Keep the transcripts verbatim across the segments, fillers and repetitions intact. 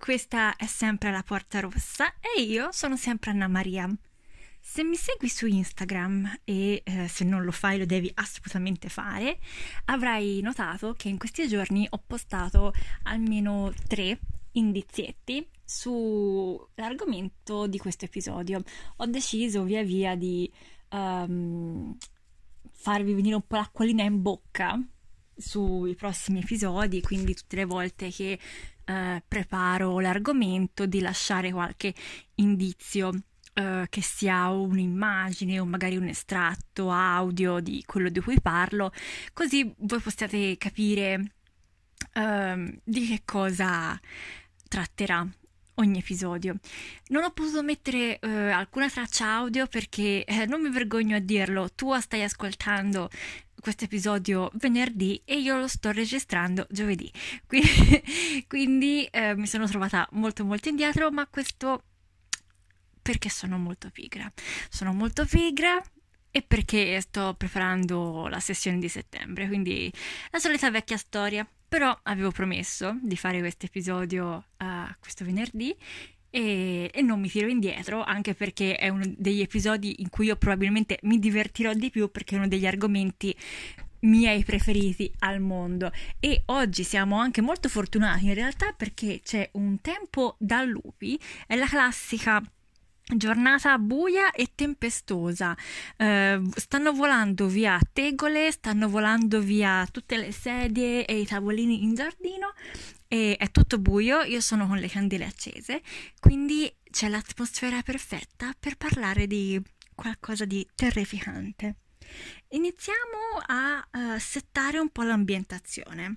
questa è sempre La Porta Rossa e io sono sempre Anna Maria. Se mi segui su Instagram e eh, se non lo fai lo devi assolutamente fare, avrai notato che in questi giorni ho postato almeno tre indizietti sull'argomento di questo episodio. Ho deciso via via di um, farvi venire un po' l'acquolina in bocca sui prossimi episodi, quindi tutte le volte che eh, preparo l'argomento di lasciare qualche indizio, eh, che sia un'immagine o magari un estratto audio di quello di cui parlo, così voi possiate capire eh, di che cosa tratterà ogni episodio. Non ho potuto mettere eh, alcuna traccia audio perché eh, non mi vergogno a dirlo, tu stai ascoltando questo episodio venerdì e io lo sto registrando giovedì, quindi, quindi eh, mi sono trovata molto molto indietro, ma questo perché sono molto pigra sono molto pigra e perché sto preparando la sessione di settembre, quindi la solita vecchia storia. Però avevo promesso di fare questo episodio uh, questo venerdì e, e non mi tiro indietro, anche perché è uno degli episodi in cui io probabilmente mi divertirò di più, perché è uno degli argomenti miei preferiti al mondo. E oggi siamo anche molto fortunati in realtà, perché c'è un tempo da lupi, è la classica giornata buia e tempestosa. Uh, stanno volando via tegole, stanno volando via tutte le sedie e i tavolini in giardino e è tutto buio. Io sono con le candele accese, quindi c'è l'atmosfera perfetta per parlare di qualcosa di terrificante. Iniziamo a uh, settare un po' l'ambientazione.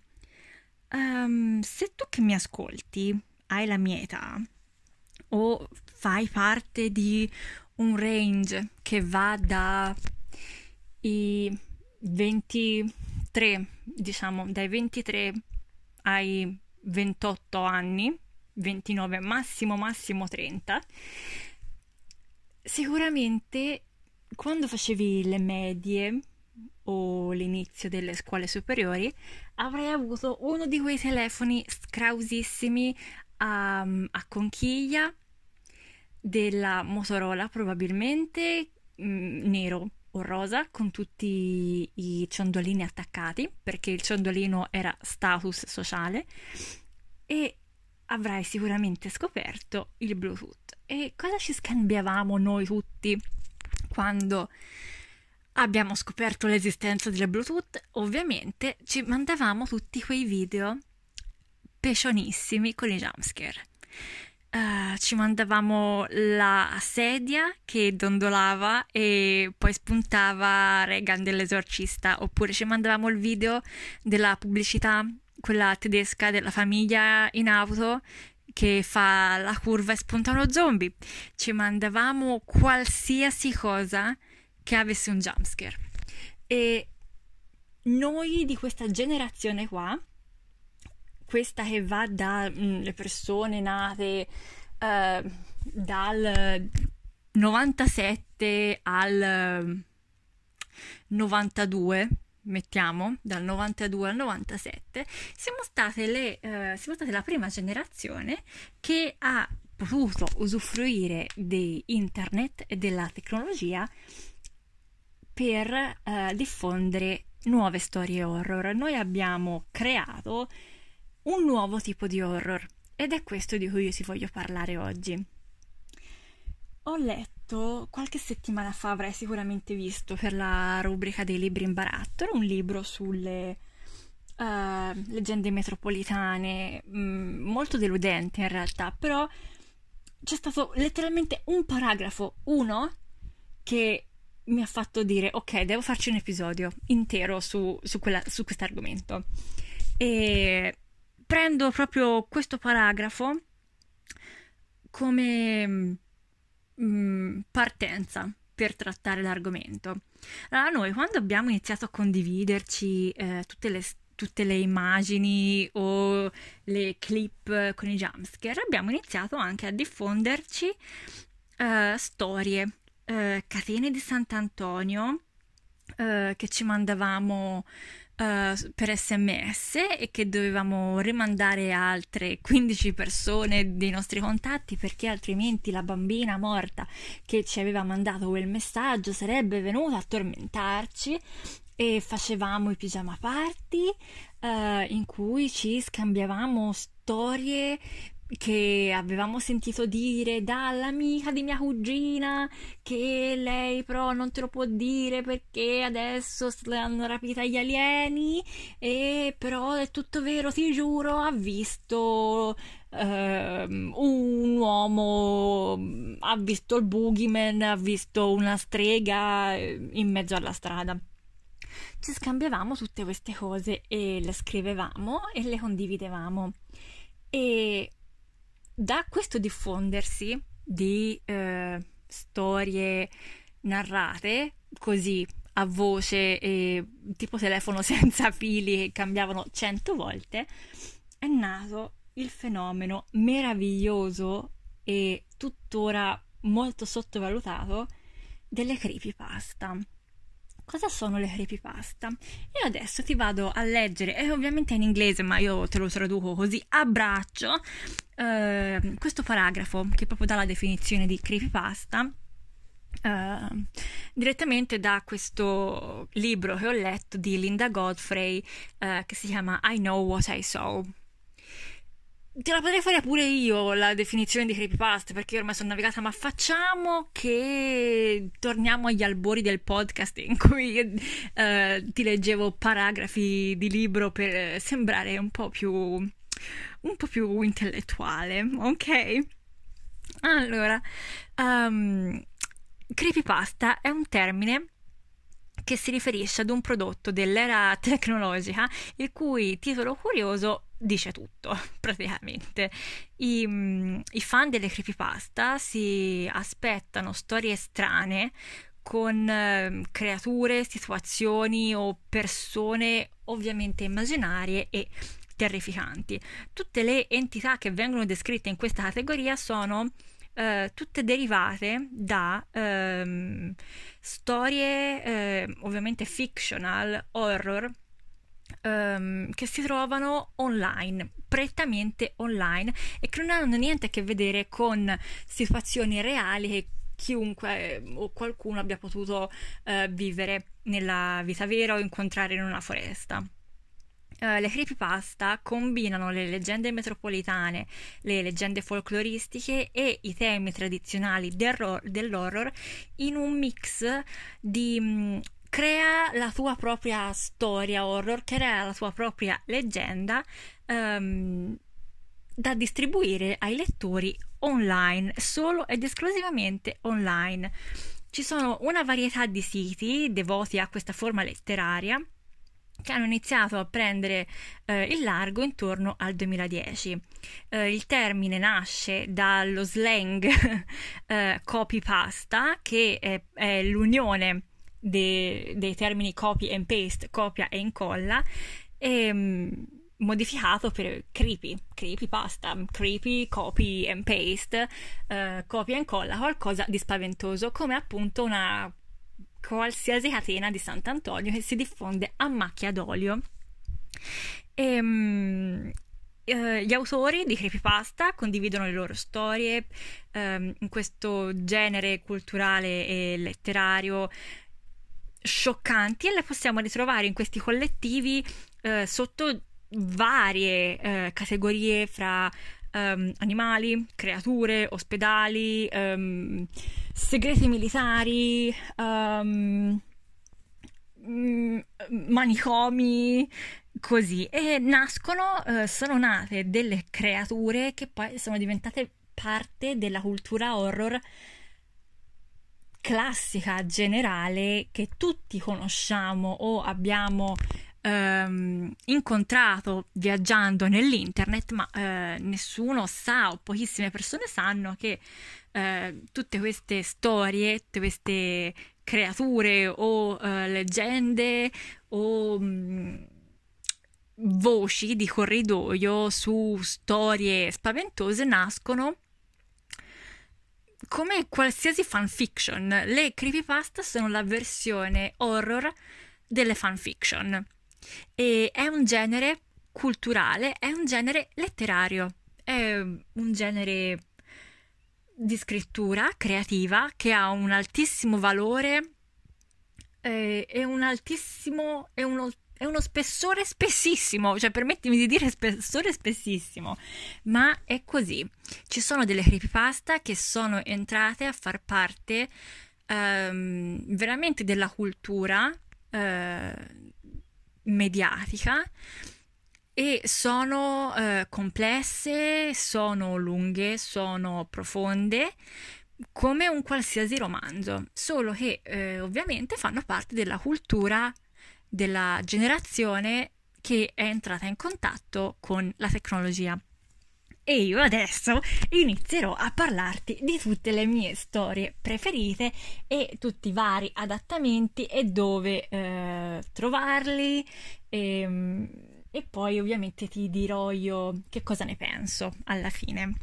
Um, se tu che mi ascolti hai la mia età o fai parte di un range che va da i ventitré, diciamo dai ventitré ai ventotto anni, ventinove, massimo massimo trenta, sicuramente quando facevi le medie o l'inizio delle scuole superiori avrai avuto uno di quei telefoni scrausissimi a, a conchiglia della Motorola, probabilmente mh, nero o rosa, con tutti i ciondolini attaccati, perché il ciondolino era status sociale, e avrai sicuramente scoperto il Bluetooth. E cosa ci scambiavamo noi tutti quando abbiamo scoperto l'esistenza del Bluetooth? Ovviamente ci mandavamo tutti quei video pecionissimi con i jumpscare. Uh, ci mandavamo la sedia che dondolava e poi spuntava Reagan dell'esorcista, oppure ci mandavamo il video della pubblicità, quella tedesca della famiglia in auto che fa la curva e spunta uno zombie. Ci mandavamo qualsiasi cosa che avesse un jumpscare. E noi di questa generazione qua, questa che va dalle persone nate uh, dal novantasette al novantadue, mettiamo, dal novantadue al novantasette, siamo state, le, uh, siamo state la prima generazione che ha potuto usufruire di internet e della tecnologia per uh, diffondere nuove storie horror. Noi abbiamo creato un nuovo tipo di horror ed è questo di cui io ti voglio parlare oggi. Ho letto qualche settimana fa, avrai sicuramente visto per la rubrica dei libri in barattolo, un libro sulle uh, leggende metropolitane, mh, molto deludente in realtà, però c'è stato letteralmente un paragrafo, uno, che mi ha fatto dire ok, devo farci un episodio intero su, su, quella, su questo argomento. E prendo proprio questo paragrafo come mm, partenza per trattare l'argomento. Allora, noi quando abbiamo iniziato a condividerci eh, tutte le tutte le immagini o le clip con i jumpscare, abbiamo iniziato anche a diffonderci uh, storie, uh, catene di Sant'Antonio eh, che ci mandavamo eh, per sms e che dovevamo rimandare a altre quindici persone dei nostri contatti, perché altrimenti la bambina morta che ci aveva mandato quel messaggio sarebbe venuta a tormentarci. E facevamo i pigiama party eh, in cui ci scambiavamo storie che avevamo sentito dire dall'amica di mia cugina, che lei però non te lo può dire perché adesso l'hanno rapita gli alieni, e però è tutto vero, ti giuro, ha visto ehm, un uomo, ha visto il boogeyman, ha visto una strega eh, in mezzo alla strada. Ci scambiavamo tutte queste cose e le scrivevamo e le condividevamo. E da questo diffondersi di eh, storie narrate così a voce e tipo telefono senza fili che cambiavano cento volte, è nato il fenomeno meraviglioso e tuttora molto sottovalutato delle creepypasta. Cosa sono le creepypasta? Io adesso ti vado a leggere, e ovviamente è in inglese, ma io te lo traduco così a braccio, eh, questo paragrafo che proprio dà la definizione di creepypasta, eh, direttamente da questo libro che ho letto di Linda Godfrey, eh, che si chiama I Know What I Saw. Te la potrei fare pure io la definizione di creepypasta, perché io ormai sono navigata, ma facciamo che torniamo agli albori del podcast in cui eh, ti leggevo paragrafi di libro per sembrare un po' più un po' più intellettuale, ok? Allora, um, creepypasta è un termine che si riferisce ad un prodotto dell'era tecnologica il cui titolo curioso dice tutto, praticamente. I, mm, i fan delle creepypasta si aspettano storie strane con eh, creature, situazioni o persone ovviamente immaginarie e terrificanti. Tutte le entità che vengono descritte in questa categoria sono eh, tutte derivate da ehm, storie eh, ovviamente fictional, horror, ehm, che si trovano online, prettamente online, e che non hanno niente a che vedere con situazioni reali che chiunque eh, o qualcuno abbia potuto eh, vivere nella vita vera o incontrare in una foresta. Uh, le creepypasta combinano le leggende metropolitane, le leggende folcloristiche e i temi tradizionali dell'horror in un mix di... Mh, crea la tua propria storia horror, crea la tua propria leggenda um, da distribuire ai lettori online, solo ed esclusivamente online. Ci sono una varietà di siti devoti a questa forma letteraria che hanno iniziato a prendere eh, il largo intorno al duemiladieci. Eh, il termine nasce dallo slang eh, copypasta, che è, è l'unione de, dei termini copy and paste, copia e incolla, e, mh, modificato per creepy, creepypasta, creepy, copy and paste, eh, copia e incolla, qualcosa di spaventoso, come appunto una qualsiasi catena di Sant'Antonio che si diffonde a macchia d'olio. E, um, eh, gli autori di creepypasta condividono le loro storie um, in questo genere culturale e letterario scioccanti, e le possiamo ritrovare in questi collettivi eh, sotto varie eh, categorie fra um, animali, creature, ospedali, um, segreti militari, um, manicomi, così. E nascono, eh, sono nate delle creature che poi sono diventate parte della cultura horror classica, generale, che tutti conosciamo o abbiamo ehm, incontrato viaggiando nell'internet, ma eh, nessuno sa, o pochissime persone sanno, che eh, tutte queste storie, tutte queste creature o eh, leggende o mh, voci di corridoio su storie spaventose nascono come qualsiasi fanfiction, le creepypasta sono la versione horror delle fanfiction. E è un genere culturale, è un genere letterario, è un genere di scrittura creativa che ha un altissimo valore eh, e un altissimo e uno, e uno spessore spessissimo, cioè permettimi di dire spessore spessissimo, ma è così. Ci sono delle creepypasta che sono entrate a far parte ehm, veramente della cultura eh, mediatica e sono eh, complesse, sono lunghe, sono profonde, come un qualsiasi romanzo, solo che eh, ovviamente fanno parte della cultura della generazione che è entrata in contatto con la tecnologia. E io adesso inizierò a parlarti di tutte le mie storie preferite e tutti i vari adattamenti e dove eh, trovarli e, e poi ovviamente ti dirò io che cosa ne penso alla fine.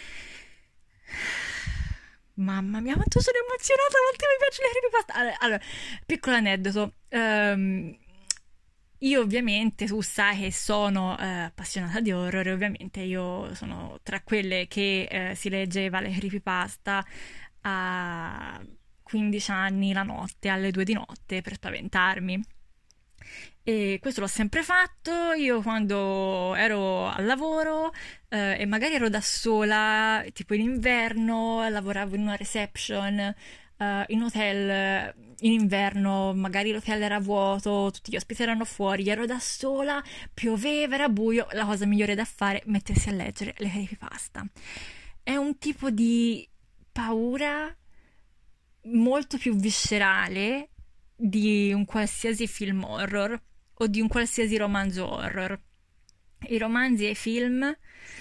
Mamma mia, quanto sono emozionata, quanto mi piace le creepypasta. Allora, allora, piccolo aneddoto. Um, io ovviamente, tu sai che sono eh, appassionata di horror e ovviamente io sono tra quelle che eh, si leggeva le creepypasta a quindici anni la notte, alle due di notte per spaventarmi. E questo l'ho sempre fatto. Io quando ero al lavoro eh, e magari ero da sola, tipo in inverno, lavoravo in una reception eh, in hotel, in inverno magari l'hotel era vuoto, tutti gli ospiti erano fuori, ero da sola, pioveva, era buio, la cosa migliore da fare è mettersi a leggere le creepypasta. È un tipo di paura molto più viscerale di un qualsiasi film horror o di un qualsiasi romanzo horror. I romanzi e i film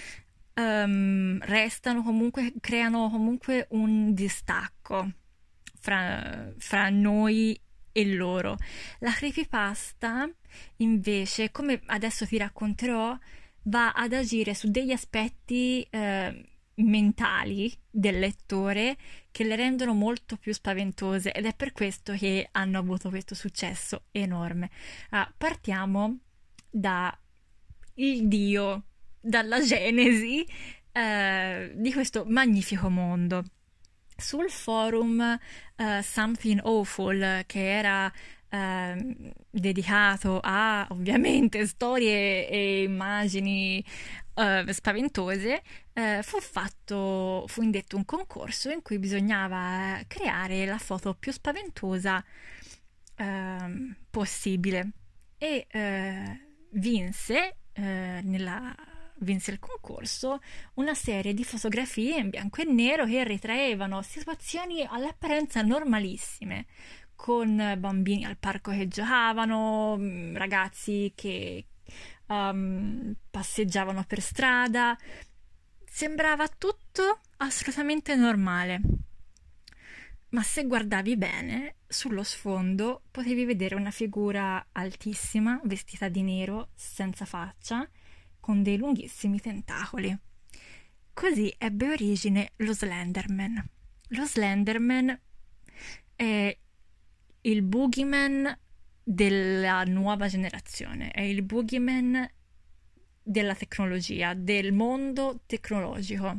um, restano comunque, creano comunque un distacco fra, fra noi e loro. La creepypasta, invece, come adesso ti racconterò, va ad agire su degli aspetti eh, mentali del lettore che le rendono molto più spaventose ed è per questo che hanno avuto questo successo enorme. Ah, partiamo da il dio, dalla genesi eh, di questo magnifico mondo. Sul forum uh, Something Awful, che era uh, dedicato a ovviamente storie e immagini uh, spaventose, uh, fu fatto, fu indetto un concorso in cui bisognava creare la foto più spaventosa uh, possibile e uh, vinse uh, nella vinse il concorso una serie di fotografie in bianco e nero che ritraevano situazioni all'apparenza normalissime, con bambini al parco che giocavano, ragazzi che um, passeggiavano per strada. Sembrava tutto assolutamente normale, ma se guardavi bene, sullo sfondo potevi vedere una figura altissima, vestita di nero, senza faccia, con dei lunghissimi tentacoli. Così ebbe origine lo Slenderman. Lo Slenderman è il boogeyman della nuova generazione, è il boogeyman della tecnologia, del mondo tecnologico.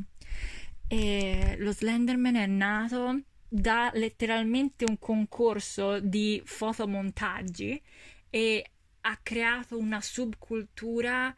E lo Slenderman è nato da letteralmente un concorso di fotomontaggi e ha creato una subcultura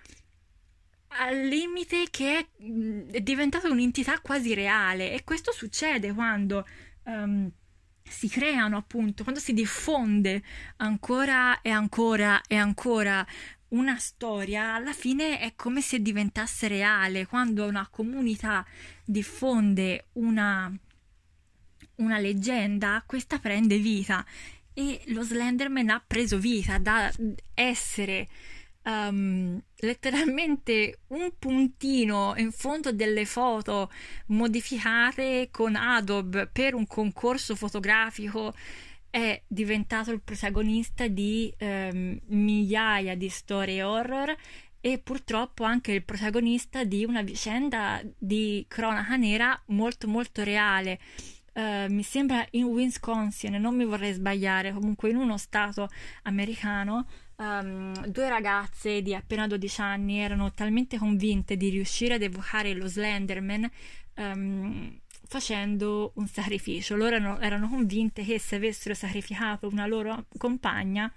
al limite che è, è diventata un'entità quasi reale, e questo succede quando um, si creano, appunto, quando si diffonde ancora e ancora e ancora una storia. Alla fine è come se diventasse reale. Quando una comunità diffonde una, una leggenda, questa prende vita, e lo Slenderman ha preso vita da essere Um, letteralmente un puntino in fondo delle foto modificate con Adobe per un concorso fotografico. È diventato il protagonista di um, migliaia di storie horror e purtroppo anche il protagonista di una vicenda di cronaca nera molto molto reale. Eh, mi sembra in Wisconsin, non mi vorrei sbagliare, comunque in uno stato americano, ehm, due ragazze di appena dodici anni erano talmente convinte di riuscire ad evocare lo Slenderman, ehm, facendo un sacrificio. Loro erano, erano convinte che se avessero sacrificato una loro compagna,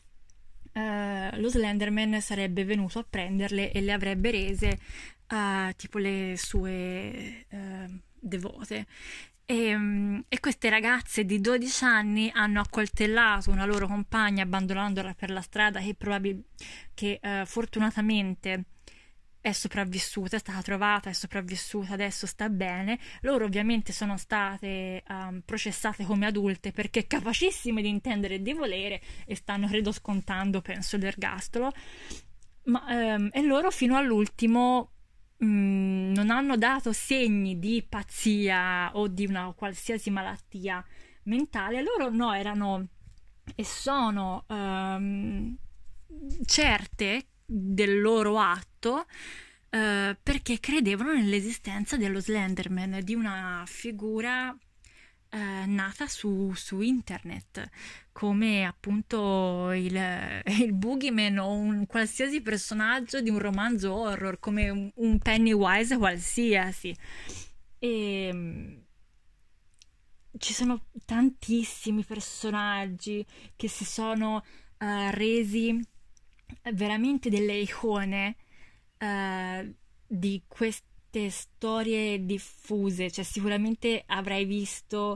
eh, lo Slenderman sarebbe venuto a prenderle e le avrebbe rese eh, tipo le sue eh, devote. E, mm, e queste ragazze di dodici anni hanno accoltellato una loro compagna abbandonandola per la strada, che, probabil- che eh, fortunatamente è sopravvissuta, è stata trovata, è sopravvissuta, adesso sta bene. Loro ovviamente sono state um, processate come adulte perché capacissime di intendere e di volere, e stanno credo scontando, penso, l'ergastolo. Ma, ehm, e loro fino all'ultimo mh, non hanno dato segni di pazzia o di una qualsiasi malattia mentale. Loro no, erano e sono ehm, certe del loro atto, eh, perché credevano nell'esistenza dello Slenderman, di una figura eh, nata su, su internet, come appunto il, il Boogeyman o un qualsiasi personaggio di un romanzo horror, come un, un Pennywise qualsiasi. E mm, ci sono tantissimi personaggi che si sono eh, resi veramente delle icone eh, di queste storie diffuse. Cioè, sicuramente avrai visto,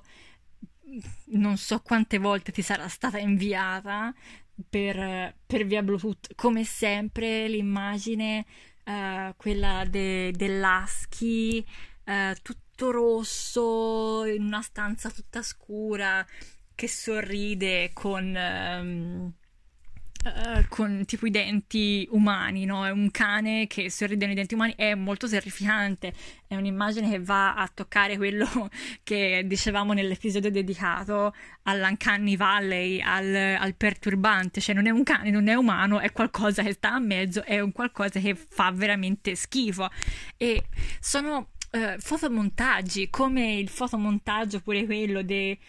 non so quante volte ti sarà stata inviata per, per via Bluetooth, come sempre, l'immagine, eh, quella de- dell'husky, eh, tutto rosso, in una stanza tutta scura, che sorride con, ehm, eh, con tipo i denti umani, no? È un cane che sorride con i denti umani, è molto terrificante, è un'immagine che va a toccare quello che dicevamo nell'episodio dedicato all'Uncanny Valley, al, al perturbante. Cioè non è un cane, non è umano, è qualcosa che sta a mezzo, è un qualcosa che fa veramente schifo. E sono eh, fotomontaggi, come il fotomontaggio pure quello de,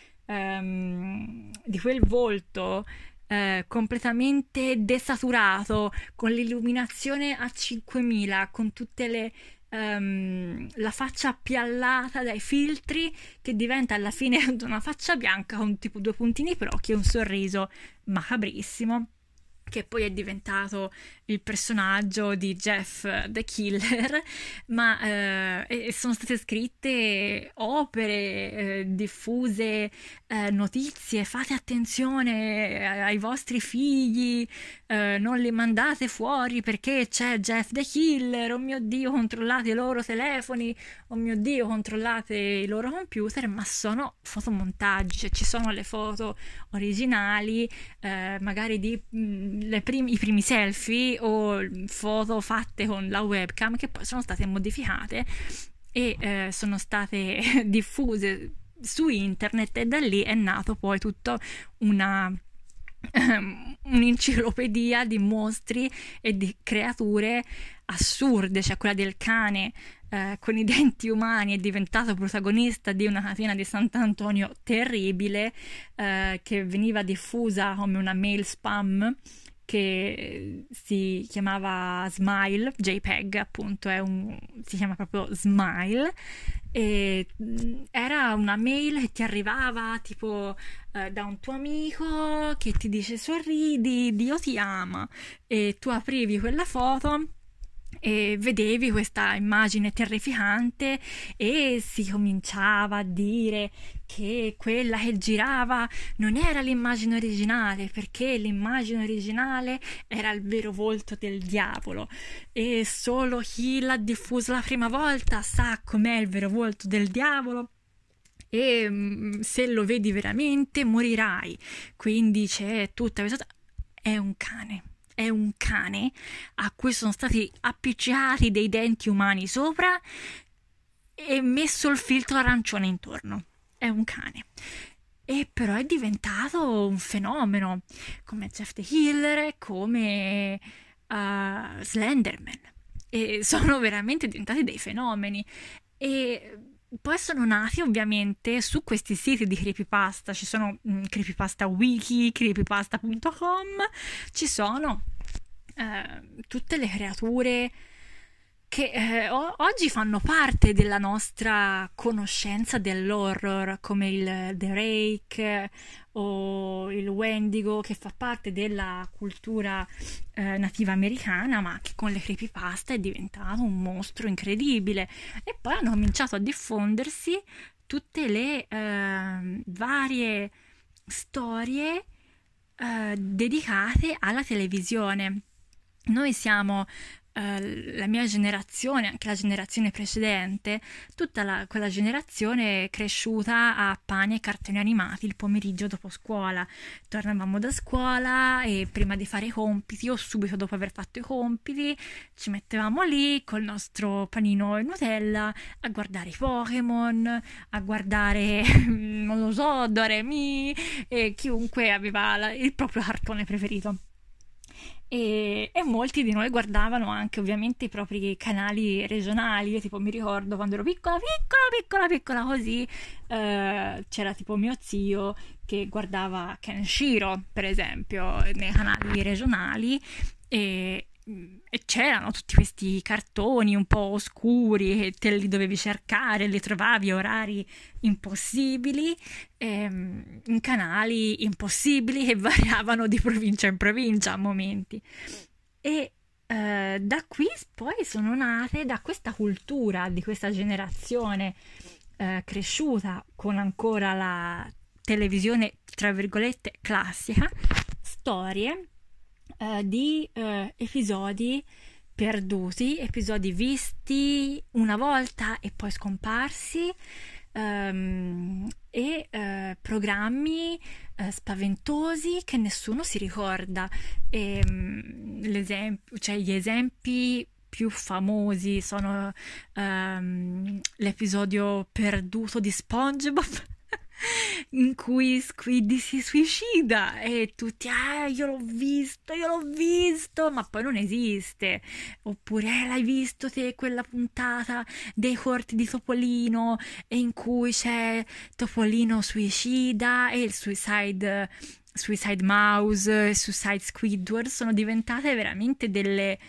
ehm, di quel volto eh, completamente desaturato, con l'illuminazione a cinquemila, con tutte le ehm, la faccia appiallata dai filtri, che diventa alla fine una faccia bianca con tipo due puntini per occhio e un sorriso macabrissimo, che poi è diventato il personaggio di Jeff the Killer. Ma eh, e sono state scritte opere, eh, diffuse eh, notizie: fate attenzione ai vostri figli, eh, non li mandate fuori perché c'è Jeff the Killer, oh mio Dio, controllate i loro telefoni, oh mio Dio, controllate i loro computer. Ma sono fotomontaggi, cioè ci sono le foto originali, eh, magari di mh, le primi, i primi selfie o foto fatte con la webcam, che poi sono state modificate e eh, sono state diffuse su internet, e da lì è nato poi tutta una um, un'enciclopedia di mostri e di creature assurde. Cioè quella del cane eh, con i denti umani è diventato protagonista di una catena di Sant'Antonio terribile, eh, che veniva diffusa come una mail spam, che si chiamava Smile, JPEG appunto, è un, si chiama proprio Smile, e mh, era una mail che ti arrivava tipo eh, da un tuo amico che ti dice sorridi, Dio ti ama, e tu aprivi quella foto e vedevi questa immagine terrificante e si cominciava a dire che quella che girava non era l'immagine originale, perché l'immagine originale era il vero volto del diavolo e solo chi l'ha diffusa la prima volta sa com'è il vero volto del diavolo, e mm, se lo vedi veramente morirai. Quindi c'è tutta questa... È un cane. È un cane a cui sono stati appiccicati dei denti umani sopra e messo il filtro arancione intorno. È un cane. E però è diventato un fenomeno, come Jeff the Killer, come uh, Slenderman, e sono veramente diventati dei fenomeni. E poi sono nati ovviamente su questi siti di creepypasta, ci sono mh, creepypasta wiki, creepypasta punto com, ci sono eh, tutte le creature che eh, o- oggi fanno parte della nostra conoscenza dell'horror, come il The Rake eh, o il Wendigo, che fa parte della cultura eh, nativa americana, ma che con le creepypasta è diventato un mostro incredibile. E poi hanno cominciato a diffondersi tutte le eh, varie storie eh, dedicate alla televisione. Noi siamo eh, la mia generazione, anche la generazione precedente, tutta la- quella generazione cresciuta a pani e cartoni animati il pomeriggio dopo scuola. Tornavamo da scuola e prima di fare i compiti o subito dopo aver fatto i compiti ci mettevamo lì col nostro panino e Nutella a guardare i Pokémon, a guardare, non lo so, Doremi e chiunque aveva la- il proprio cartone preferito. E, e molti di noi guardavano anche ovviamente i propri canali regionali. Io tipo mi ricordo quando ero piccola, piccola, piccola, piccola così, eh, c'era tipo mio zio che guardava Kenshiro, per esempio, nei canali regionali e, e c'erano tutti questi cartoni un po' oscuri che te li dovevi cercare, li trovavi a orari impossibili, ehm, in canali impossibili che variavano di provincia in provincia a momenti. E eh, da qui poi sono nate, da questa cultura di questa generazione eh, cresciuta con ancora la televisione, tra virgolette, classica, storie eh, di eh, episodi perduti, episodi visti una volta e poi scomparsi, ehm, e eh, programmi eh, spaventosi che nessuno si ricorda. E, mm, l'esempio, cioè gli esempi più famosi sono ehm, l'episodio perduto di SpongeBob in cui Squiddy si suicida e tutti, ah, io l'ho visto, io l'ho visto, ma poi non esiste. Oppure, eh, l'hai visto te quella puntata dei corti di Topolino e in cui c'è Topolino suicida e il Suicide, Suicide Mouse, Suicide Squidward sono diventate veramente delle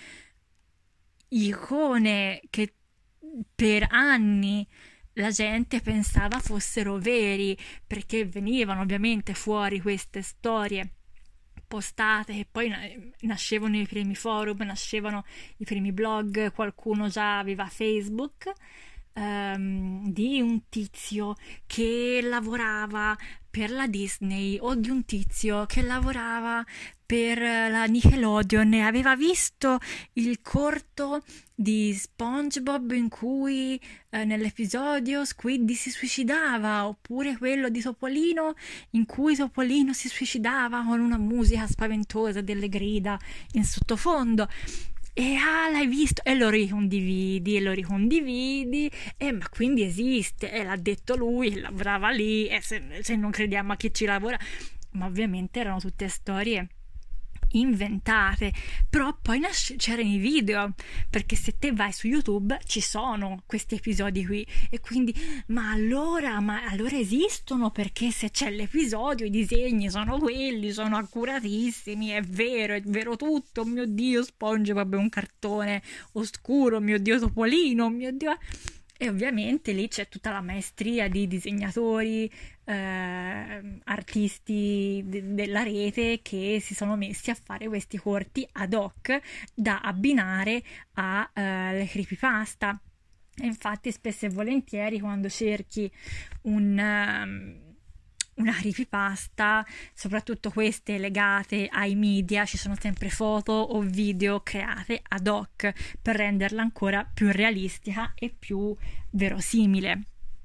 icone che per anni la gente pensava fossero veri, perché venivano ovviamente fuori queste storie postate che poi na- nascevano i primi forum, nascevano i primi blog, qualcuno già aveva Facebook, ehm, di un tizio che lavorava per la Disney o di un tizio che lavorava per la Nickelodeon e aveva visto il corto di SpongeBob in cui eh, nell'episodio Squiddy si suicidava, oppure quello di Topolino in cui Topolino si suicidava con una musica spaventosa, delle grida in sottofondo. E ah, l'hai visto? E lo ricondividi, e lo ricondividi, e ma quindi esiste, e l'ha detto lui, che lavorava lì, e se, se non crediamo a chi ci lavora. Ma ovviamente erano tutte storie inventate, però poi nasce- c'erano i video, perché se te vai su YouTube ci sono questi episodi qui e quindi ma allora ma allora esistono, perché se c'è l'episodio i disegni sono quelli, sono accuratissimi, è vero, è vero tutto, oh mio Dio, SpongeBob è un cartone oscuro, oh mio Dio, Topolino, oh mio Dio. E ovviamente lì c'è tutta la maestria di disegnatori, eh, artisti de- della rete che si sono messi a fare questi corti ad hoc da abbinare alle creepypasta. E infatti spesso e volentieri quando cerchi un... um, una creepypasta, soprattutto queste legate ai media, ci sono sempre foto o video create ad hoc per renderla ancora più realistica e più verosimile.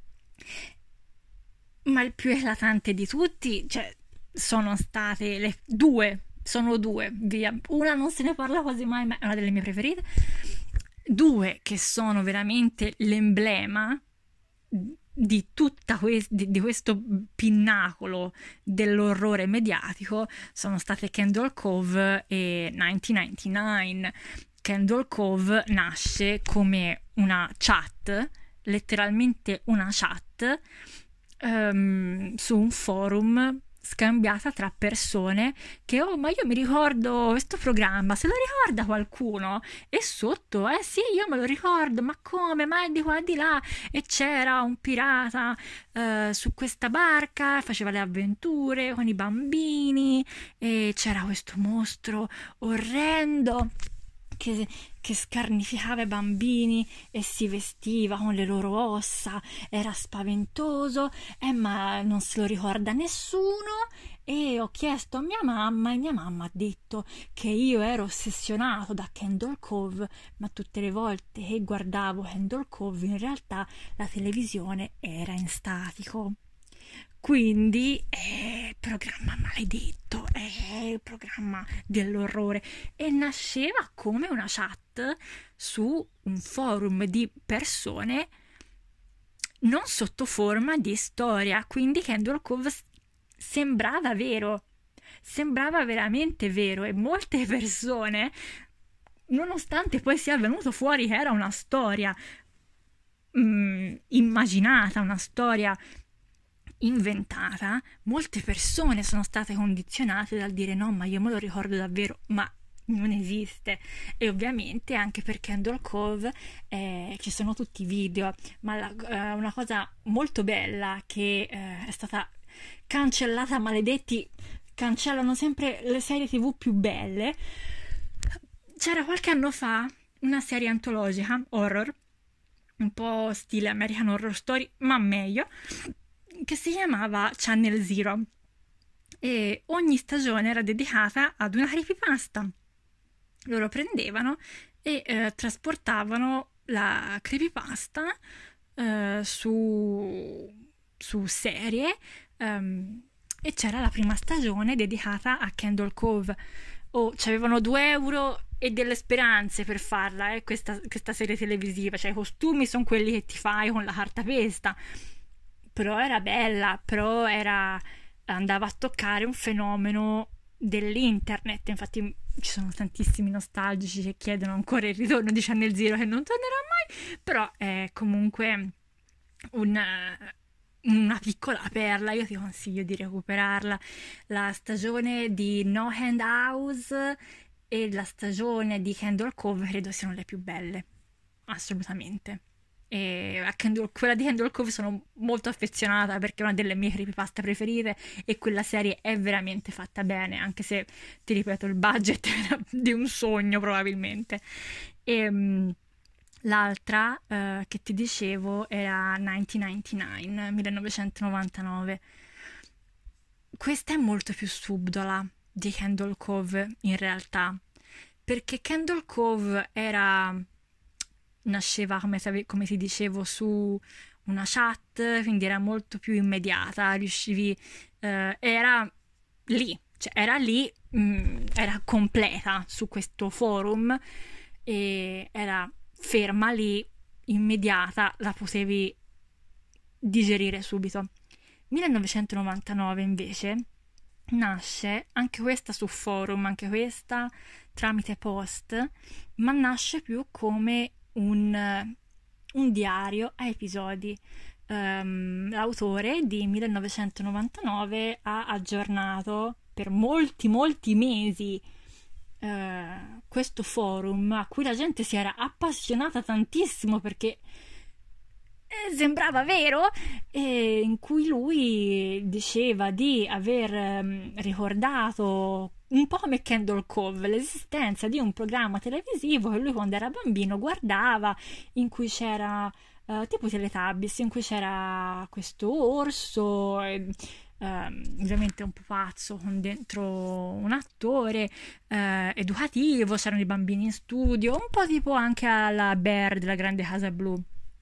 Ma il più eclatante di tutti, cioè, sono state le due, sono due, via. Una non se ne parla quasi mai, ma è una delle mie preferite. Due che sono veramente l'emblema di tutta que- di, di questo pinnacolo dell'orrore mediatico sono state Candle Cove e millenovecentonovantanove. Candle Cove nasce come una chat, letteralmente una chat, um, su un forum scambiata tra persone che, oh, ma io mi ricordo questo programma, se lo ricorda qualcuno? E sotto, eh sì, io me lo ricordo, ma come? Ma è di qua di là. E c'era un pirata eh, su questa barca, faceva le avventure con i bambini, e c'era questo mostro orrendo che, che scarnificava i bambini e si vestiva con le loro ossa, era spaventoso, eh, ma non se lo ricorda nessuno. E ho chiesto a mia mamma e mia mamma ha detto che io ero ossessionato da Candle Cove, ma tutte le volte che guardavo Candle Cove in realtà la televisione era in statico. Quindi è programma maledetto, è il programma dell'orrore, e nasceva come una chat su un forum di persone, non sotto forma di storia. Quindi Candle Cove sembrava vero, sembrava veramente vero, e molte persone, nonostante poi sia venuto fuori che era una storia mm, immaginata, una storia inventata, molte persone sono state condizionate dal dire no, ma io me lo ricordo davvero, ma non esiste. E ovviamente anche per Candle Cove eh, ci sono tutti i video, ma la, eh, una cosa molto bella che eh, è stata cancellata, maledetti, cancellano sempre le serie tv più belle. C'era qualche anno fa una serie antologica horror, un po' stile American Horror Story, ma meglio, che si chiamava Channel Zero, e ogni stagione era dedicata ad una creepypasta. Loro prendevano e eh, trasportavano la creepypasta eh, su, su serie, um, e c'era la prima stagione dedicata a Candle Cove. Oh, c'avevano due euro e delle speranze per farla, eh, questa, questa serie televisiva, cioè i costumi sono quelli che ti fai con la cartapesta, però era bella, però era, andava a toccare un fenomeno dell'internet. Infatti ci sono tantissimi nostalgici che chiedono ancora il ritorno di Channel Zero, che non tornerà mai, però è comunque un, una piccola perla. Io ti consiglio di recuperarla. La stagione di No Hand House e la stagione di Candle Cove credo siano le più belle, assolutamente. E a Candle, quella di Candle Cove sono molto affezionata perché è una delle mie creepypasta preferite, e quella serie è veramente fatta bene, anche se, ti ripeto, il budget era di un sogno probabilmente. E um, l'altra uh, che ti dicevo era millenovecentonovantanove, millenovecentonovantanove. Questa è molto più subdola di Candle Cove in realtà, perché Candle Cove era nasceva, come, come ti dicevo, su una chat, quindi era molto più immediata, riuscivi, eh, era lì, cioè era lì, mh, era completa su questo forum, e era ferma lì, immediata, la potevi digerire subito. millenovecentonovantanove invece nasce, anche questa su forum, anche questa tramite post, ma nasce più come un, un diario a episodi. Um, l'autore di millenovecentonovantanove ha aggiornato per molti molti mesi uh, questo forum, a cui la gente si era appassionata tantissimo perché eh, sembrava vero, e in cui lui diceva di aver um, ricordato un po' come Candle Cove l'esistenza di un programma televisivo che lui quando era bambino guardava, in cui c'era uh, tipo Teletubbies, in cui c'era questo orso, e, um, ovviamente un po' pazzo, con dentro un attore uh, educativo, c'erano i bambini in studio, un po' tipo anche alla Bear della Grande Casa Blu.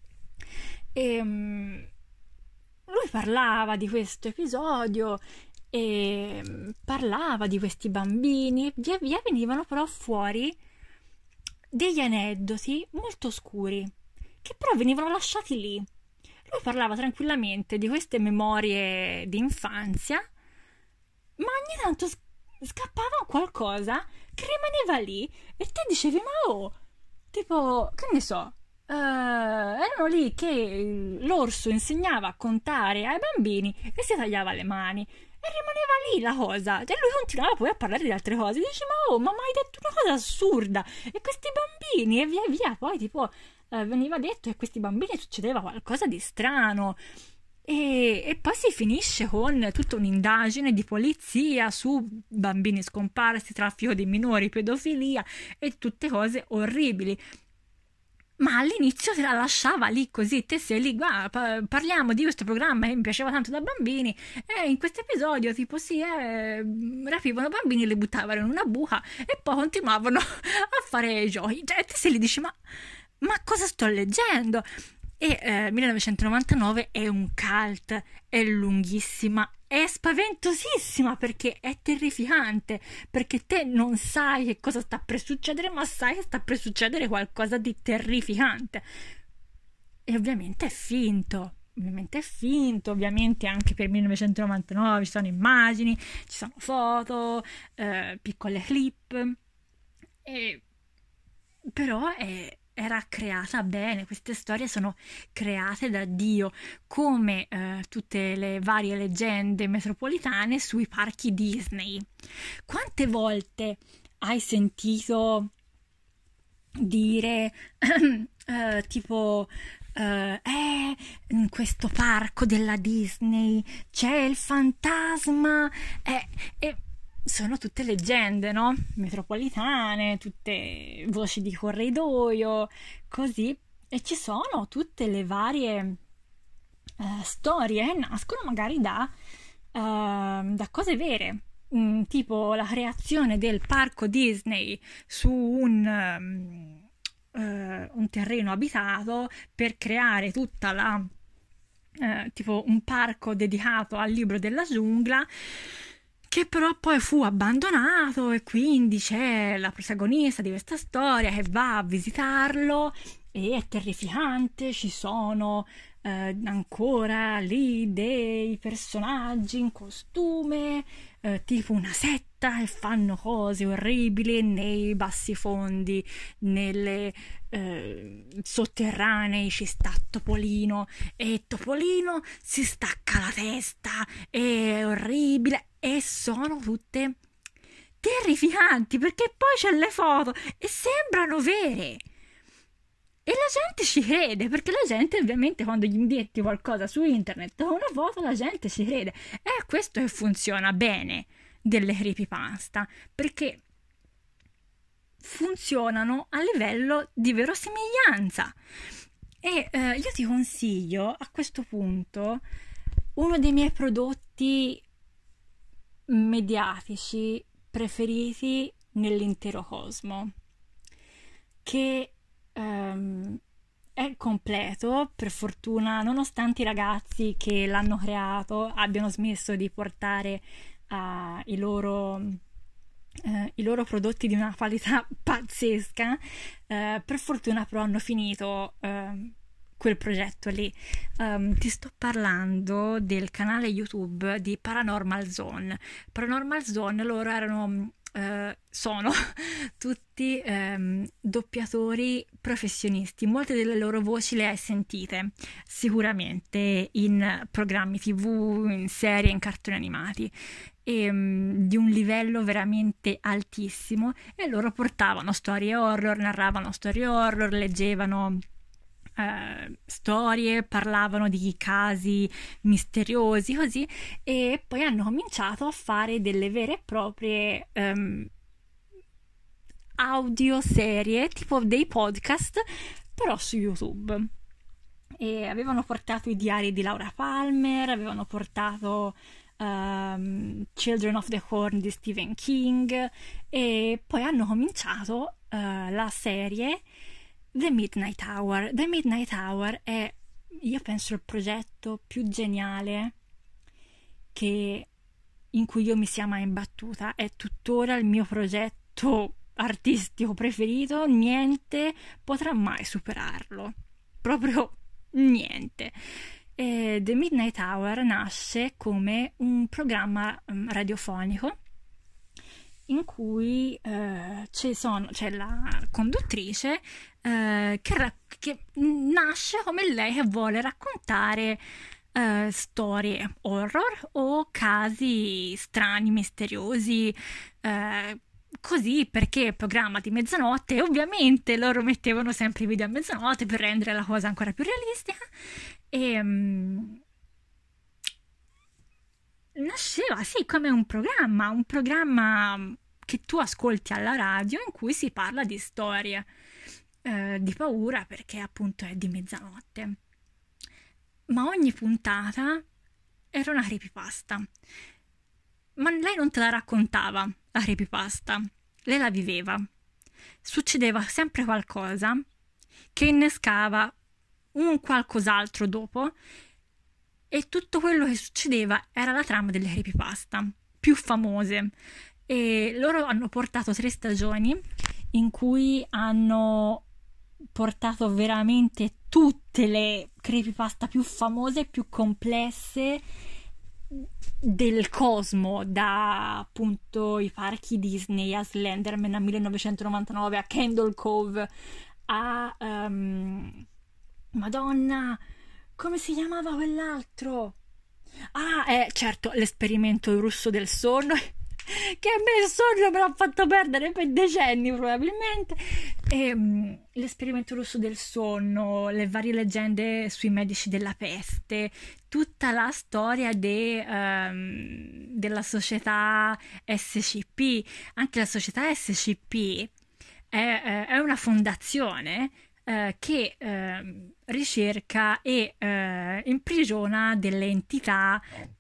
E um, lui parlava di questo episodio e parlava di questi bambini, e via via venivano però fuori degli aneddoti molto oscuri che però venivano lasciati lì. lui parlava tranquillamente di queste memorie di infanzia, ma ogni tanto sc- scappava qualcosa che rimaneva lì e te dicevi, ma oh, tipo, che ne so, eh, erano lì che l'orso insegnava a contare ai bambini e si tagliava le mani. E rimaneva lì la cosa. E lui continuava poi a parlare di altre cose. Dice, ma oh, ma mi hai detto una cosa assurda. E questi bambini, e via via. Poi tipo eh, veniva detto che a questi bambini succedeva qualcosa di strano. E, e poi si finisce con tutta un'indagine di polizia su bambini scomparsi, traffico di minori, pedofilia e tutte cose orribili. Ma all'inizio te la lasciava lì così, te sei lì, guarda, parliamo di questo programma che mi piaceva tanto da bambini e in questo episodio tipo sì, eh, rapivano bambini, li buttavano in una buca e poi continuavano a fare giochi. Cioè, te sei lì dici, ma, ma cosa sto leggendo? E eh, millenovecentonovantanove è un cult, è lunghissima, è spaventosissima perché è terrificante, perché te non sai che cosa sta per succedere, ma sai che sta per succedere qualcosa di terrificante. E ovviamente è finto, ovviamente è finto, ovviamente anche per millenovecentonovantanove ci sono immagini, ci sono foto, eh, piccole clip, e... però è era creata bene, queste storie sono create da Dio, come eh, tutte le varie leggende metropolitane sui parchi Disney. Quante volte hai sentito dire eh, tipo eh, eh, in questo parco della Disney c'è il fantasma e eh, eh, sono tutte leggende, no? Metropolitane, tutte voci di corridoio, così. E ci sono tutte le varie eh, storie che nascono magari da, eh, da cose vere. Mm, tipo la creazione del parco Disney su un, um, eh, un terreno abitato per creare tutta la... Eh, tipo un parco dedicato al libro della giungla, che però poi fu abbandonato e quindi c'è la protagonista di questa storia che va a visitarlo e è terrificante, ci sono eh, ancora lì dei personaggi in costume, eh, tipo una setta, e fanno cose orribili nei bassifondi, nelle eh, sotterranei ci sta Topolino e Topolino si stacca la testa, è orribile e sono tutte terrificanti perché poi c'è le foto e sembrano vere. E la gente ci crede, perché la gente ovviamente quando gli metti qualcosa su internet o una foto la gente ci crede. È questo che funziona bene delle creepypasta, perché funzionano a livello di verosimiglianza. E eh, io ti consiglio a questo punto uno dei miei prodotti mediatici preferiti nell'intero cosmo, che um, è completo, per fortuna, nonostante i ragazzi che l'hanno creato abbiano smesso di portare uh, i loro uh, i loro prodotti di una qualità pazzesca, uh, per fortuna però hanno finito uh, quel progetto lì. Um, ti sto parlando del canale YouTube di Paranormal Zone. Paranormal Zone, loro erano uh, sono tutti um, doppiatori professionisti. Molte delle loro voci le hai sentite sicuramente in programmi tv, in serie, in cartoni animati, e um, di un livello veramente altissimo, e loro portavano storie horror, narravano storie horror, leggevano Uh, storie, parlavano di casi misteriosi così, e poi hanno cominciato a fare delle vere e proprie um, audioserie, tipo dei podcast, però su YouTube. E avevano portato i diari di Laura Palmer, avevano portato um, Children of the Corn di Stephen King, e poi hanno cominciato uh, la serie The Midnight Hour. The Midnight Hour è, io penso, il progetto più geniale che, in cui io mi sia mai imbattuta. È tuttora il mio progetto artistico preferito, niente potrà mai superarlo, proprio niente. E The Midnight Hour nasce come un programma um, radiofonico in cui eh, ci sono, c'è la conduttrice eh, che, ra- che nasce come lei che vuole raccontare eh, storie horror o casi strani, misteriosi, eh, così, perché è programma di mezzanotte e ovviamente loro mettevano sempre i video a mezzanotte per rendere la cosa ancora più realistica e um, nasceva sì come un programma, un programma che tu ascolti alla radio in cui si parla di storie eh, di paura perché appunto è di mezzanotte. Ma ogni puntata era una creepypasta. Ma lei non te la raccontava, la creepypasta. Lei la viveva. Succedeva sempre qualcosa che innescava un qualcos'altro dopo e tutto quello che succedeva era la trama delle creepypasta più famose. E loro hanno portato tre stagioni in cui hanno portato veramente tutte le creepypasta più famose, più complesse del cosmo, da appunto i parchi Disney a Slenderman a millenovecentonovantanove, a Candle Cove, a um, Madonna, come si chiamava quell'altro? Ah, eh, certo, l'esperimento russo del sonno che a me il sogno me l'ha fatto perdere per decenni probabilmente e, um, l'esperimento russo del sonno, le varie leggende sui medici della peste, tutta la storia de, um, della società S C P. Anche la società S C P è, è una fondazione eh, che eh, ricerca e eh, imprigiona delle entità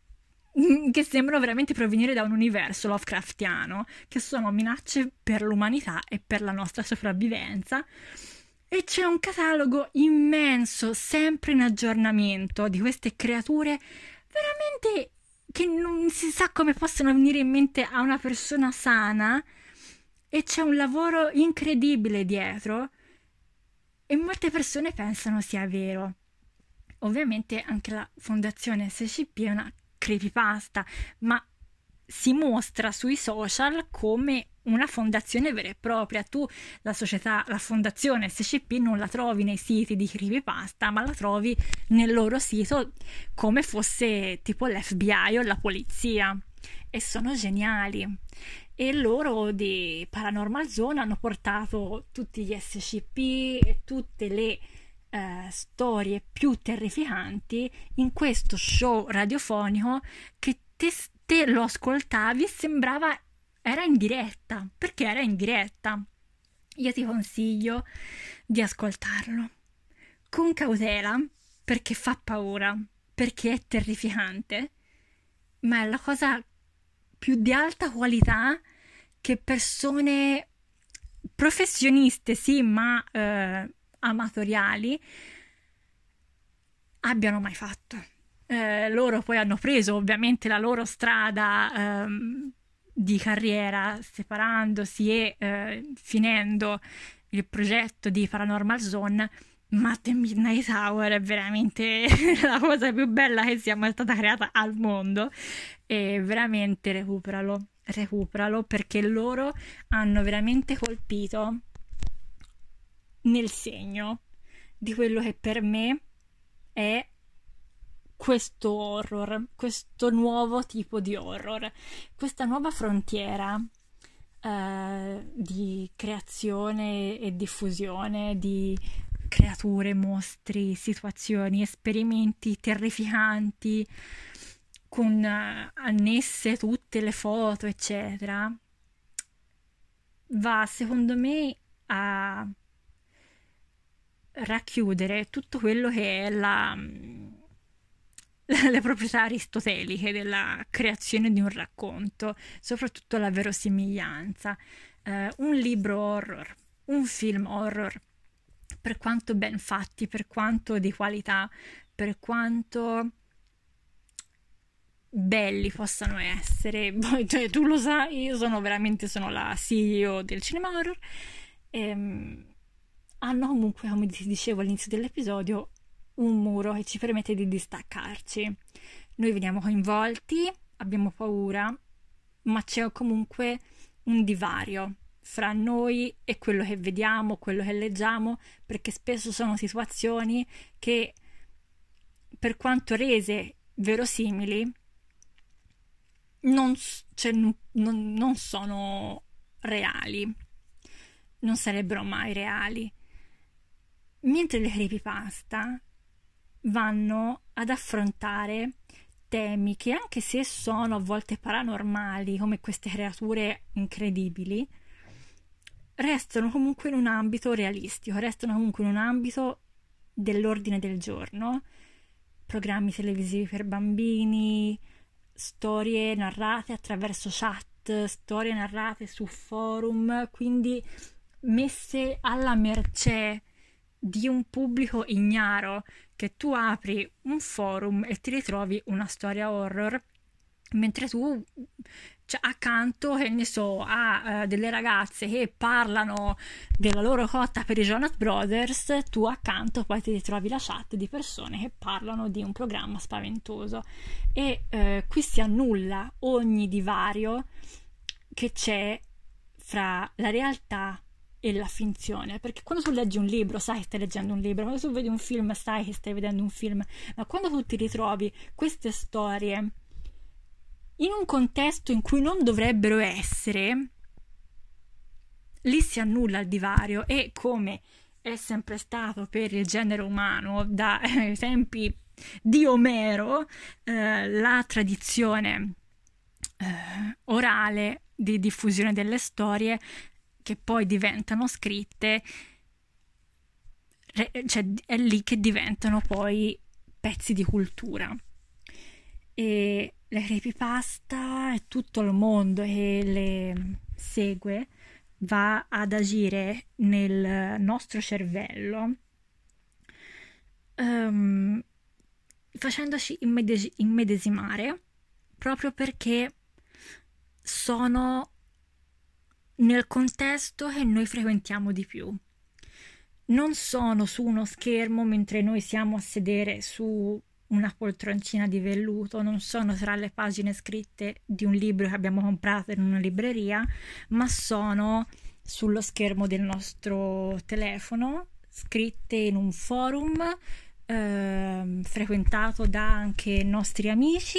che sembrano veramente provenire da un universo Lovecraftiano, che sono minacce per l'umanità e per la nostra sopravvivenza. E c'è un catalogo immenso, sempre in aggiornamento, di queste creature veramente che non si sa come possano venire in mente a una persona sana, e c'è un lavoro incredibile dietro e molte persone pensano sia vero. Ovviamente anche la fondazione S C P è una creepypasta, ma si mostra sui social come una fondazione vera e propria. Tu la società, la fondazione S C P non la trovi nei siti di creepypasta, ma la trovi nel loro sito come fosse tipo l'F B I o la polizia, e sono geniali. E loro di Paranormal Zone hanno portato tutti gli S C P e tutte le Uh, storie più terrificanti in questo show radiofonico che te, te lo ascoltavi e sembrava era in diretta, perché era in diretta. Io ti consiglio di ascoltarlo con cautela, perché fa paura, perché è terrificante, ma è la cosa più di alta qualità che persone professioniste sì, ma uh, amatoriali abbiano mai fatto. Eh, loro poi hanno preso ovviamente la loro strada ehm, di carriera, separandosi e eh, finendo il progetto di Paranormal Zone, ma The Midnight Hour è veramente la cosa più bella che sia mai stata creata al mondo, e veramente recuperalo, recuperalo perché loro hanno veramente colpito nel segno di quello che per me è questo horror, questo nuovo tipo di horror, questa nuova frontiera eh, di creazione e diffusione di creature, mostri, situazioni, esperimenti terrificanti con eh, annesse tutte le foto eccetera, va secondo me a racchiudere tutto quello che è la, le proprietà aristoteliche della creazione di un racconto, soprattutto la verosimiglianza. Eh, un libro horror, un film horror, per quanto ben fatti, per quanto di qualità, per quanto belli possano essere, cioè, tu lo sai, io sono veramente sono la C E O del cinema horror, ehm, hanno comunque, come ti dicevo all'inizio dell'episodio, un muro che ci permette di distaccarci. Noi veniamo coinvolti, abbiamo paura, ma c'è comunque un divario fra noi e quello che vediamo, quello che leggiamo, perché spesso sono situazioni che, per quanto rese verosimili, non, cioè, non, non sono reali, non sarebbero mai reali. Mentre le creepypasta vanno ad affrontare temi che, anche se sono a volte paranormali, come queste creature incredibili, restano comunque in un ambito realistico, restano comunque in un ambito dell'ordine del giorno, programmi televisivi per bambini, storie narrate attraverso chat, storie narrate su forum, quindi messe alla mercé di un pubblico ignaro, che tu apri un forum e ti ritrovi una storia horror, mentre tu, cioè, accanto, che ne so, a uh, delle ragazze che parlano della loro cotta per i Jonas Brothers, tu accanto poi ti ritrovi la chat di persone che parlano di un programma spaventoso. E uh, qui si annulla ogni divario che c'è fra la realtà e la finzione, perché quando tu leggi un libro sai che stai leggendo un libro, quando tu vedi un film sai che stai vedendo un film, ma quando tu ti ritrovi queste storie in un contesto in cui non dovrebbero essere, lì si annulla il divario. E, come è sempre stato per il genere umano da eh, tempi di Omero, eh, la tradizione eh, orale di diffusione delle storie che poi diventano scritte, cioè è lì che diventano poi pezzi di cultura. E le creepypasta e tutto il mondo che le segue va ad agire nel nostro cervello, um, facendoci immedesi- immedesimare, proprio perché sono nel contesto che noi frequentiamo di più. Non sono su uno schermo mentre noi siamo a sedere su una poltroncina di velluto, non sono tra le pagine scritte di un libro che abbiamo comprato in una libreria, ma sono sullo schermo del nostro telefono, scritte in un forum eh, frequentato da anche nostri amici,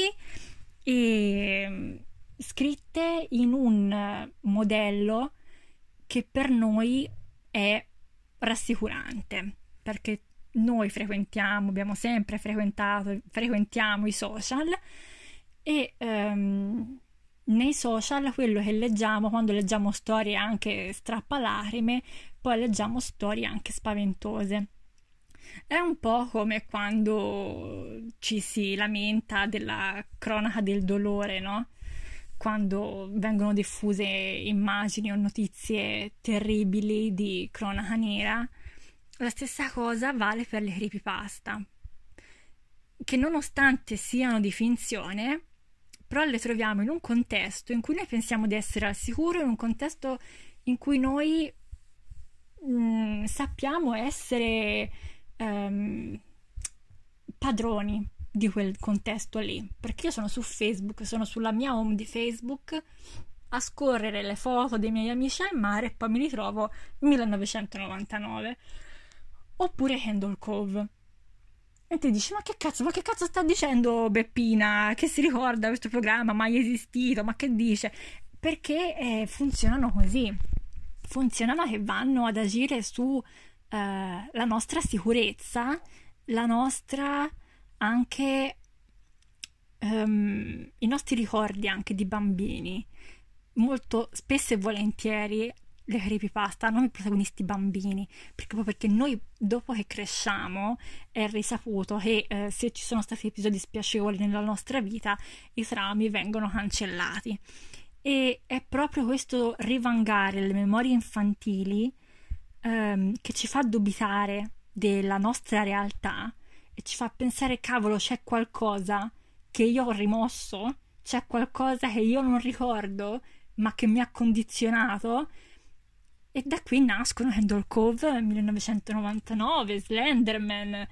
e scritte in un modello che per noi è rassicurante, perché noi frequentiamo, abbiamo sempre frequentato, frequentiamo i social, e um, nei social quello che leggiamo, quando leggiamo storie anche strappalacrime, poi leggiamo storie anche spaventose. È un po' come quando ci si lamenta della cronaca del dolore, no? Quando vengono diffuse immagini o notizie terribili di cronaca nera. La stessa cosa vale per le creepypasta, che nonostante siano di finzione, però le troviamo in un contesto in cui noi pensiamo di essere al sicuro, in un contesto in cui noi mh, sappiamo essere um, padroni di quel contesto lì. Perché io sono su Facebook, sono sulla mia home di Facebook a scorrere le foto dei miei amici al mare, e poi mi ritrovo millenovecentonovantanove. Oppure Candle Cove, e ti dici: ma che cazzo, ma che cazzo sta dicendo Beppina, che si ricorda questo programma mai esistito, ma che dice? Perché eh, funzionano così, funzionano che vanno ad agire su eh, la nostra sicurezza, la nostra anche um, i nostri ricordi anche di bambini. Molto spesso e volentieri le creepypasta hanno i protagonisti bambini, perché poi perché noi, dopo che cresciamo, è risaputo che eh, se ci sono stati episodi spiacevoli nella nostra vita, i traumi vengono cancellati, e è proprio questo rivangare le memorie infantili ehm, che ci fa dubitare della nostra realtà e ci fa pensare: cavolo, c'è qualcosa che io ho rimosso, c'è qualcosa che io non ricordo ma che mi ha condizionato. E da qui nascono Candle Cove millenovecentonovantanove, Slenderman,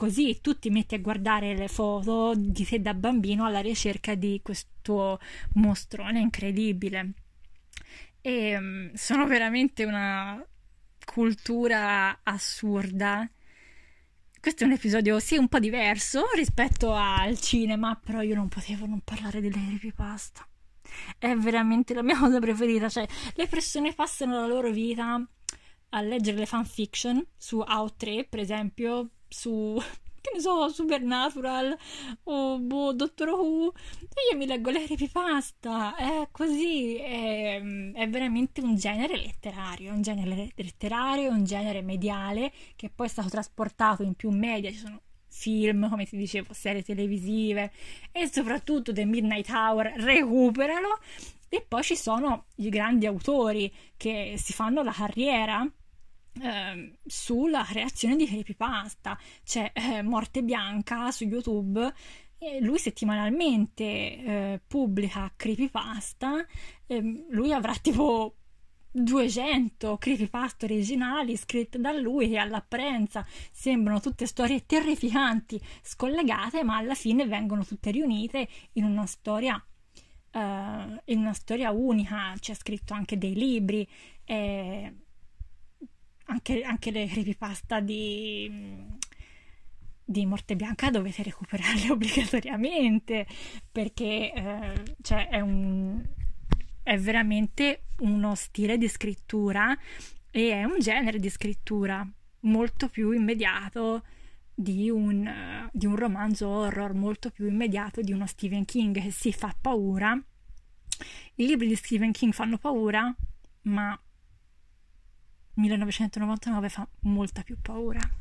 così tu ti metti a guardare le foto di te da bambino alla ricerca di questo mostrone incredibile. E mm, sono veramente una cultura assurda. Questo è un episodio sì un po' diverso rispetto al cinema, però io non potevo non parlare delle creepypasta. È veramente la mia cosa preferita, cioè le persone passano la loro vita a leggere le fanfiction su A O tre, per esempio, su che ne so, Supernatural o boh, Doctor Who, e io mi leggo le creepypasta, è così, è, è veramente un genere letterario, è un genere letterario, è un genere mediale che poi è stato trasportato in più media, ci sono film, come ti dicevo, serie televisive e soprattutto The Midnight Hour, recuperalo, e poi ci sono i grandi autori che si fanno la carriera eh, sulla creazione di creepypasta. C'è eh, Morte Bianca su YouTube e lui settimanalmente eh, pubblica creepypasta. Eh, lui avrà tipo duecento creepypasta originali scritte da lui che all'apparenza sembrano tutte storie terrificanti scollegate, ma alla fine vengono tutte riunite in una storia uh, in una storia unica. C'è scritto anche dei libri, eh, anche, anche le creepypasta di di Morte Bianca dovete recuperarle obbligatoriamente, perché eh, cioè è un è veramente uno stile di scrittura e è un genere di scrittura molto più immediato di un, uh, di un romanzo horror, molto più immediato di uno Stephen King che si fa paura. I libri di Stephen King fanno paura, ma millenovecentonovantanove fa molta più paura.